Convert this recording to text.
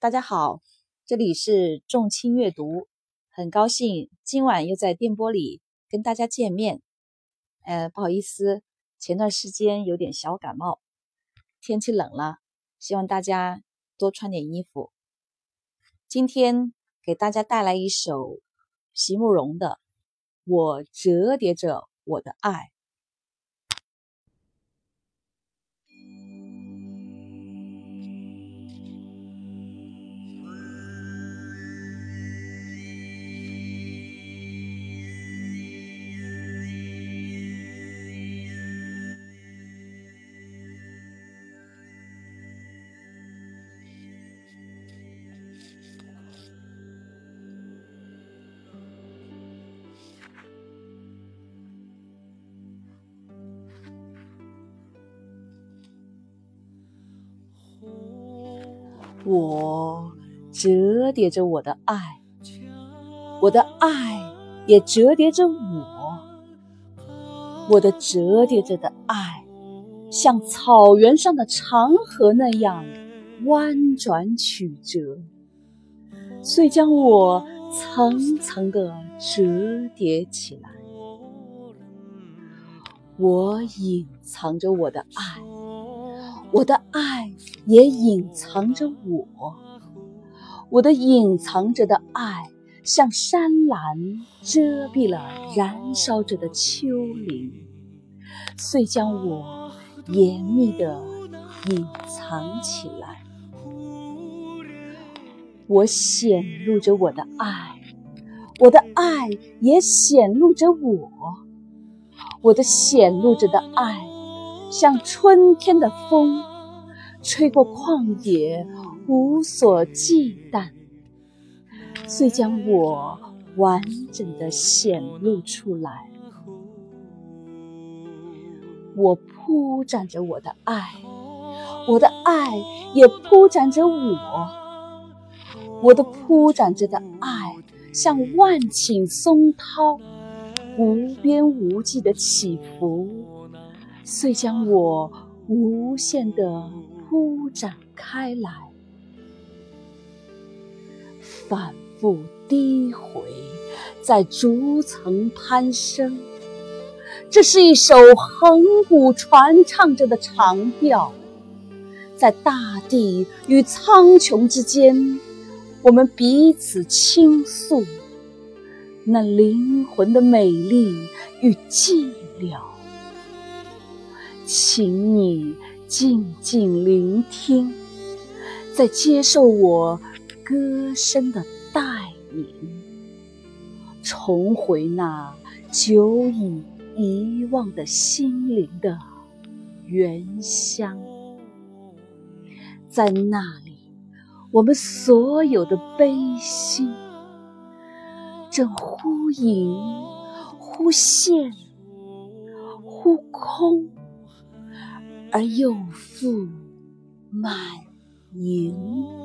大家好，这里是众卿阅读，很高兴今晚又在电波里跟大家见面。不好意思，前段时间有点小感冒，天气冷了，希望大家多穿点衣服。今天给大家带来一首席慕容的《我折叠着我的爱》。我折叠着我的爱，我的爱也折叠着我的折叠着的爱像草原上的长河那样弯转曲折，遂将我层层地折叠起来。我隐藏着我的爱，我的爱也隐藏着我的隐藏着的爱像山岚遮蔽了燃烧着的丘陵，遂将我严密地隐藏起来。我显露着我的爱，我的爱也显露着我的显露着的爱像春天的风，吹过旷野无所忌惮，遂将我完整地显露出来。我铺展着我的爱，我的爱也铺展着我的铺展着的爱像万顷松涛，无边无际的起伏，遂将我无限地铺展开来。反复低回，在逐层攀升，这是一首横鼓传唱着的长调。在大地与苍穹之间，我们彼此倾诉那灵魂的美丽与寂寥。请你静静聆听，在接受我歌声的带领，重回那久已遗忘的心灵的原乡。在那里，我们所有的悲心正忽隐忽现，忽空而又复满盈。